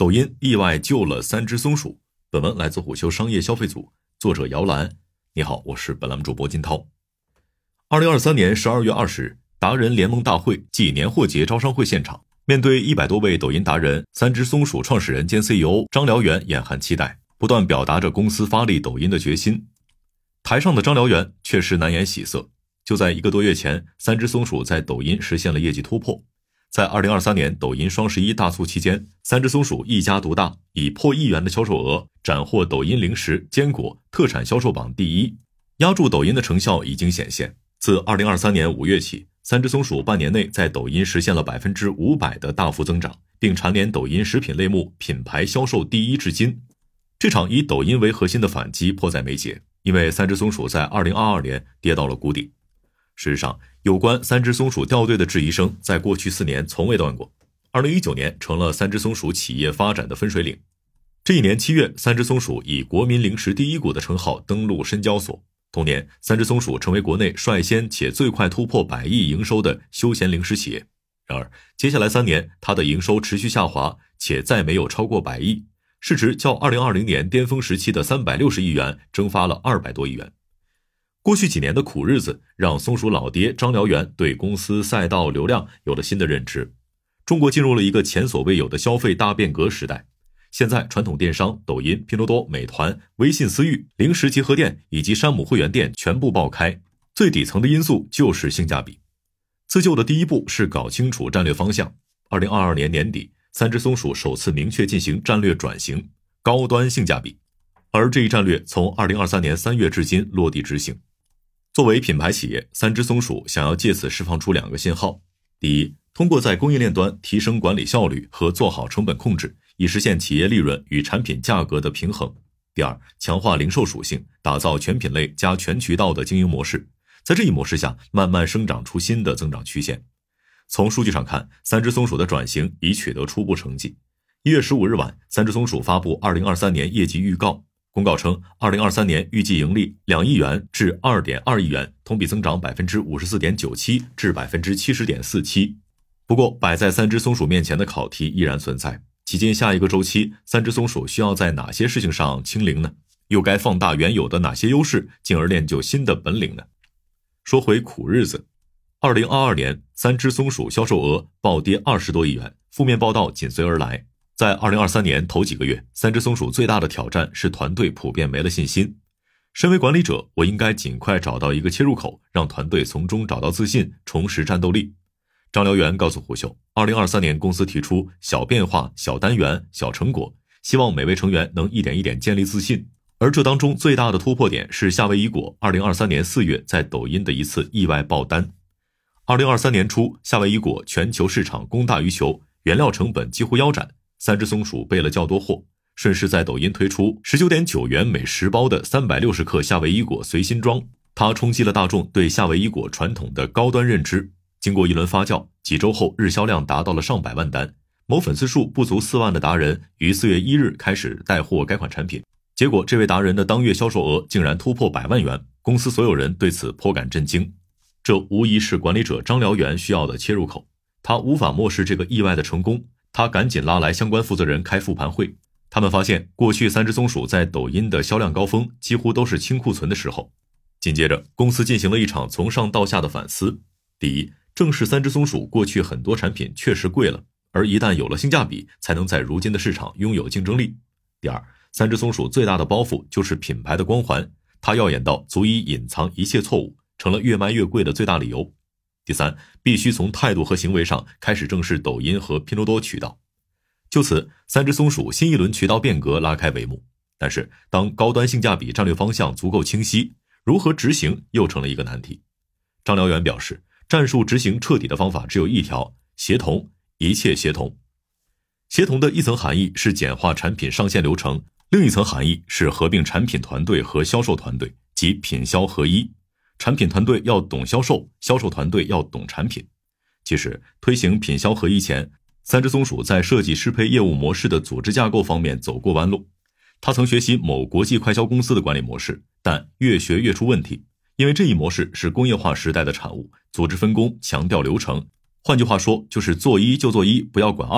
抖音意外救了3只松鼠。本文来自虎嗅商业消费组，作者姚兰。你好，我是本栏目主播金涛。2023年12月20日，达人联盟大会暨年货节招商会现场，面对100多位抖音达人，3只松鼠创始人兼 CEO 张燎原眼含期待，不断表达着公司发力抖音的决心。台上的张燎原确实难掩喜色，就在1个多月前，3只松鼠在抖音实现了业绩突破。在2023年抖音双11大促期间，3只松鼠一家独大，以破亿元的销售额斩获抖音零食、坚果、特产销售榜第一。压住抖音的成效已经显现，自2023年5月起，3只松鼠半年内在抖音实现了500%的大幅增长，并蝉联抖音食品类目品牌销售第一至今。这场以抖音为核心的反击迫在眉睫，因为3只松鼠在2022年跌到了谷底。事实上，有关3只松鼠掉队的质疑声在过去4年从未断过。2019年成了3只松鼠企业发展的分水岭。这一年7月，3只松鼠以国民零食第一股的称号登陆深交所。同年，3只松鼠成为国内率先且最快突破100亿营收的休闲零食企业。然而，接下来3年，它的营收持续下滑，且再没有超过100亿，市值较2020年巅峰时期的360亿元蒸发了200多亿元。过去几年的苦日子让松鼠老爹张燎原对公司赛道流量有了新的认知。中国进入了一个前所未有的消费大变革时代。现在传统电商抖音、拼多多、美团、微信私域、零食集合店以及山姆会员店全部爆开，最底层的因素就是性价比。自救的第一步是搞清楚战略方向。2022年年底，3只松鼠首次明确进行战略转型，高端性价比。而这一战略从2023年3月至今落地执行。作为品牌企业，3只松鼠想要借此释放出2个信号。第一，通过在供应链端提升管理效率和做好成本控制，以实现企业利润与产品价格的平衡。第二，强化零售属性，打造全品类加全渠道的经营模式。在这一模式下，慢慢生长出新的增长曲线。从数据上看，3只松鼠的转型已取得初步成绩。1月15日晚，3只松鼠发布2023年业绩预告。公告称，2023年预计盈利2亿元至2.2亿元，同比增长 54.97% 至 70.47%。不过，摆在3只松鼠面前的考题依然存在。迄今下一个周期，3只松鼠需要在哪些事情上清零呢？又该放大原有的哪些优势，进而练就新的本领呢？说回苦日子，2022年3只松鼠销售额暴跌20多亿元，负面报道紧随而来。在2023年头几个月，3只松鼠最大的挑战是团队普遍没了信心。身为管理者，我应该尽快找到一个切入口，让团队从中找到自信，重拾战斗力。张燎原告诉虎嗅，2023年公司提出小变化、小单元、小成果，希望每位成员能一点一点建立自信。而这当中最大的突破点是夏威夷果2023年4月在抖音的一次意外爆单。2023年初，夏威夷果全球市场供大于求，原料成本几乎腰斩，3只松鼠备了较多货，顺势在抖音推出 19.9 元每10包的360克夏威夷果随心装，它冲击了大众对夏威夷果传统的高端认知。经过一轮发酵，几周后日销量达到了上百万单。某粉丝数不足4万的达人于4月1日开始带货该款产品，结果这位达人的当月销售额竟然突破100万元，公司所有人对此颇感震惊。这无疑是管理者张燎原需要的切入口，他无法漠视这个意外的成功。他赶紧拉来相关负责人开复盘会，他们发现过去3只松鼠在抖音的销量高峰几乎都是清库存的时候。紧接着，公司进行了一场从上到下的反思。第一，正是3只松鼠过去很多产品确实贵了，而一旦有了性价比，才能在如今的市场拥有竞争力。第二，3只松鼠最大的包袱就是品牌的光环，它耀眼到足以隐藏一切错误，成了越卖越贵的最大理由。第三，必须从态度和行为上开始正视抖音和拼多多渠道。就此，3只松鼠新一轮渠道变革拉开帷幕。但是，当高端性价比战略方向足够清晰，如何执行又成了一个难题。张燎原表示，战术执行彻底的方法只有一条：协同，一切协同。协同的一层含义是简化产品上线流程，另一层含义是合并产品团队和销售团队，即品销合一。产品团队要懂销售，销售团队要懂产品。其实，推行品销合一前，3只松鼠在设计适配业务模式的组织架构方面走过弯路。他曾学习某国际快销公司的管理模式，但越学越出问题，因为这一模式是工业化时代的产物，组织分工，强调流程。换句话说，就是做一就做一，不要管二。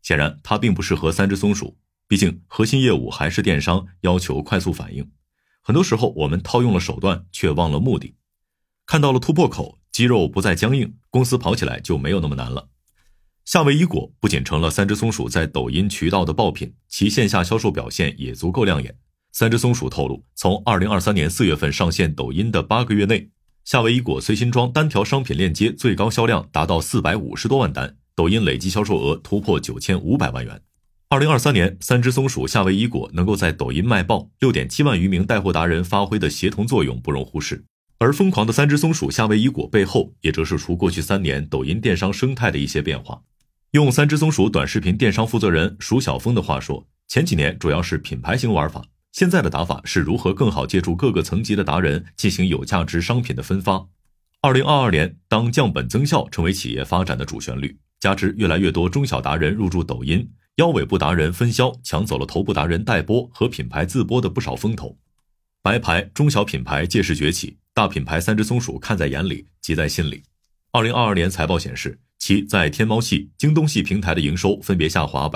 显然它并不适合三只松鼠，毕竟核心业务还是电商，要求快速反应。很多时候我们套用了手段，却忘了目的。看到了突破口，肌肉不再僵硬，公司跑起来就没有那么难了。夏威夷果不仅成了三只松鼠在抖音渠道的爆品，其线下销售表现也足够亮眼。三只松鼠透露，从2023年4月份上线抖音的8个月内，夏威夷果随心装单条商品链接最高销量达到450多万单，抖音累计销售额突破9500万元。2023年，三只松鼠夏威夷果能够在抖音卖爆，6.7万余名带货达人发挥的协同作用不容忽视。而疯狂的三只松鼠夏威夷果背后，也折射出过去3年抖音电商生态的一些变化。用三只松鼠短视频电商负责人舒晓峰的话说，前几年主要是品牌型玩法，现在的打法是如何更好借助各个层级的达人进行有价值商品的分发。2022年，当降本增效成为企业发展的主旋律，加之越来越多中小达人入驻抖音，腰尾部达人分销抢走了头部达人代播和品牌自播的不少风头。白牌中小品牌借势崛起，大品牌三只松鼠看在眼里，急在心里。2022年财报显示，其在天猫系、京东系平台的营收分别下滑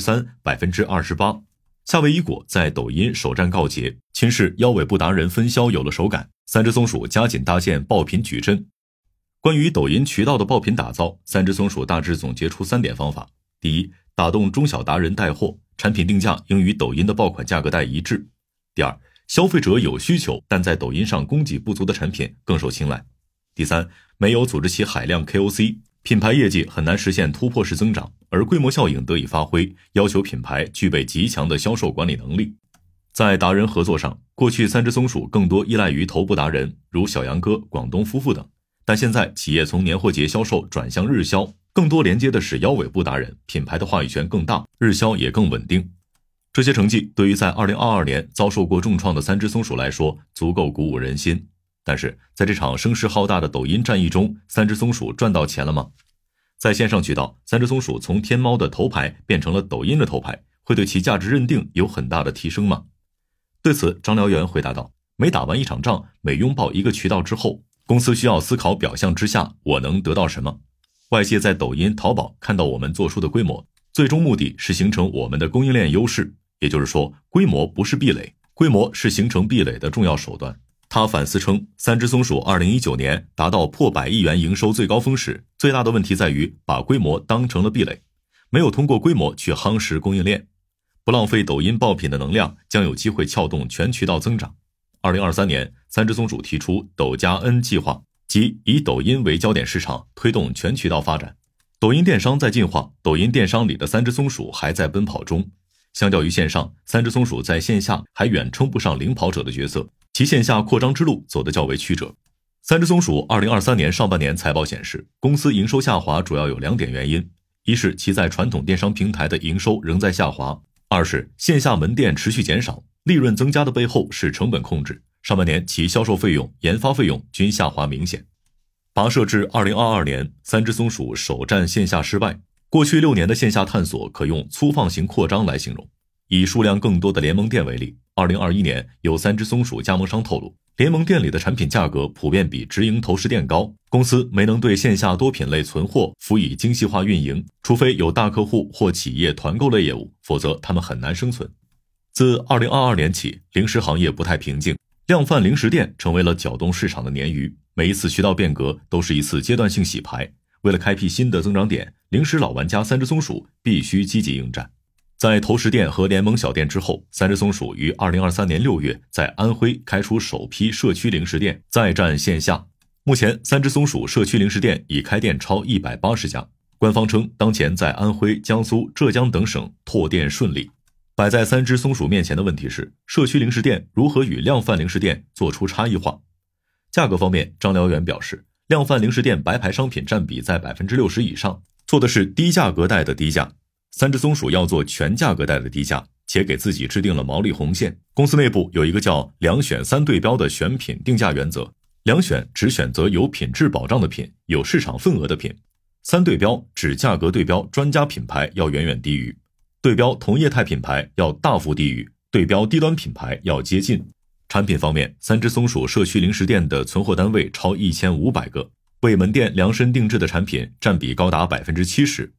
33%、28%。夏威夷果在抖音首战告捷，秦氏腰尾部达人分销有了手感，三只松鼠加紧搭建爆品矩阵。关于抖音渠道的爆品打造，三只松鼠大致总结出3点方法。第一，打动中小达人带货，产品定价应与抖音的爆款价格带一致。第二，消费者有需求，但在抖音上供给不足的产品更受青睐。第三，没有组织起海量 KOC， 品牌业绩很难实现突破式增长，而规模效应得以发挥，要求品牌具备极强的销售管理能力。在达人合作上，过去三只松鼠更多依赖于头部达人，如小杨哥、广东夫妇等，但现在企业从年货节销售转向日销，更多连接的是腰尾部达人，品牌的话语权更大，日销也更稳定。这些成绩对于在2022年遭受过重创的三只松鼠来说，足够鼓舞人心。但是在这场声势浩大的抖音战役中，三只松鼠赚到钱了吗？在线上渠道，三只松鼠从天猫的头牌变成了抖音的头牌，会对其价值认定有很大的提升吗？对此，张辽元回答道，每打完一场仗，每拥抱一个渠道之后，公司需要思考表象之下我能得到什么。外界在抖音、淘宝看到我们做出的规模，最终目的是形成我们的供应链优势，也就是说，规模不是壁垒，规模是形成壁垒的重要手段。他反思称，三只松鼠2019年达到破100亿元营收最高峰时，最大的问题在于把规模当成了壁垒，没有通过规模去夯实供应链，不浪费抖音爆品的能量，将有机会撬动全渠道增长。2023年，三只松鼠提出抖加 N 计划，即以抖音为焦点市场，推动全渠道发展。抖音电商在进化，抖音电商里的三只松鼠还在奔跑中。相较于线上，三只松鼠在线下还远称不上领跑者的角色，其线下扩张之路走得较为曲折。三只松鼠2023年上半年财报显示，公司营收下滑主要有2点原因，一是其在传统电商平台的营收仍在下滑，二是线下门店持续减少，利润增加的背后是成本控制，上半年其销售费用、研发费用均下滑明显。跋涉至2022年，三只松鼠首战线下失败，过去6年的线下探索可用粗放型扩张来形容。以数量更多的联盟店为例，2021年有三只松鼠加盟商透露，联盟店里的产品价格普遍比直营投食店高，公司没能对线下多品类存货辅以精细化运营，除非有大客户或企业团购类业务，否则他们很难生存。自2022年起，零食行业不太平静，量贩零食店成为了搅动市场的鲶鱼，每一次渠道变革都是一次阶段性洗牌，为了开辟新的增长点，零食老玩家三只松鼠必须积极应战。在投食店和联盟小店之后，三只松鼠于2023年6月在安徽开出首批社区零食店，再战线下。目前三只松鼠社区零食店已开店超180家，官方称当前在安徽、江苏、浙江等省拓店顺利。摆在三只松鼠面前的问题是，社区零食店如何与量贩零食店做出差异化。价格方面，张辽元表示，量贩零食店白牌商品占比在 60% 以上，做的是低价格带的低价。三只松鼠要做全价格带的低价，且给自己制定了毛利红线。公司内部有一个叫2选3对标的选品定价原则，2选只选择有品质保障的品，有市场份额的品；3对标指价格对标专家品牌要远远低于，对标同业态品牌要大幅低于，对标低端品牌要接近。产品方面，三只松鼠社区零食店的存货单位超1500个，为门店量身定制的产品占比高达 70%。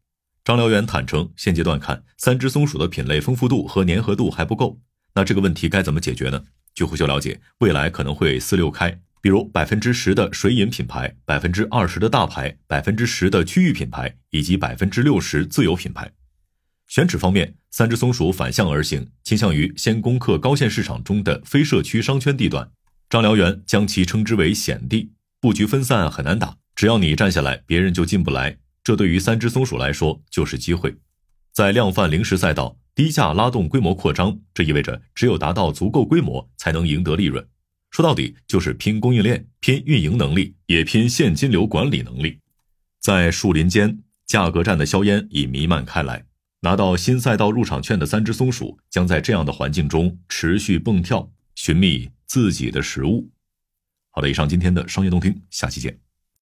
张辽元坦诚，现阶段看三只松鼠的品类丰富度和粘合度还不够。那这个问题该怎么解决呢？据虎嗅了解，未来可能会四六开，比如10%的水饮品牌，20%的大牌，10%的区域品牌，以及60%自有品牌。选址方面，三只松鼠反向而行，倾向于先攻克高线市场中的非社区商圈地段。张辽元将其称之为险地，布局分散很难打，只要你站下来，别人就进不来。这对于三只松鼠来说就是机会。在量贩零食赛道，低价拉动规模扩张，这意味着只有达到足够规模才能赢得利润。说到底就是拼供应链，拼运营能力，也拼现金流管理能力。在树林间，价格战的硝烟已弥漫开来，拿到新赛道入场券的三只松鼠将在这样的环境中持续蹦跳，寻觅自己的食物。好的，以上今天的商业动听，下期见。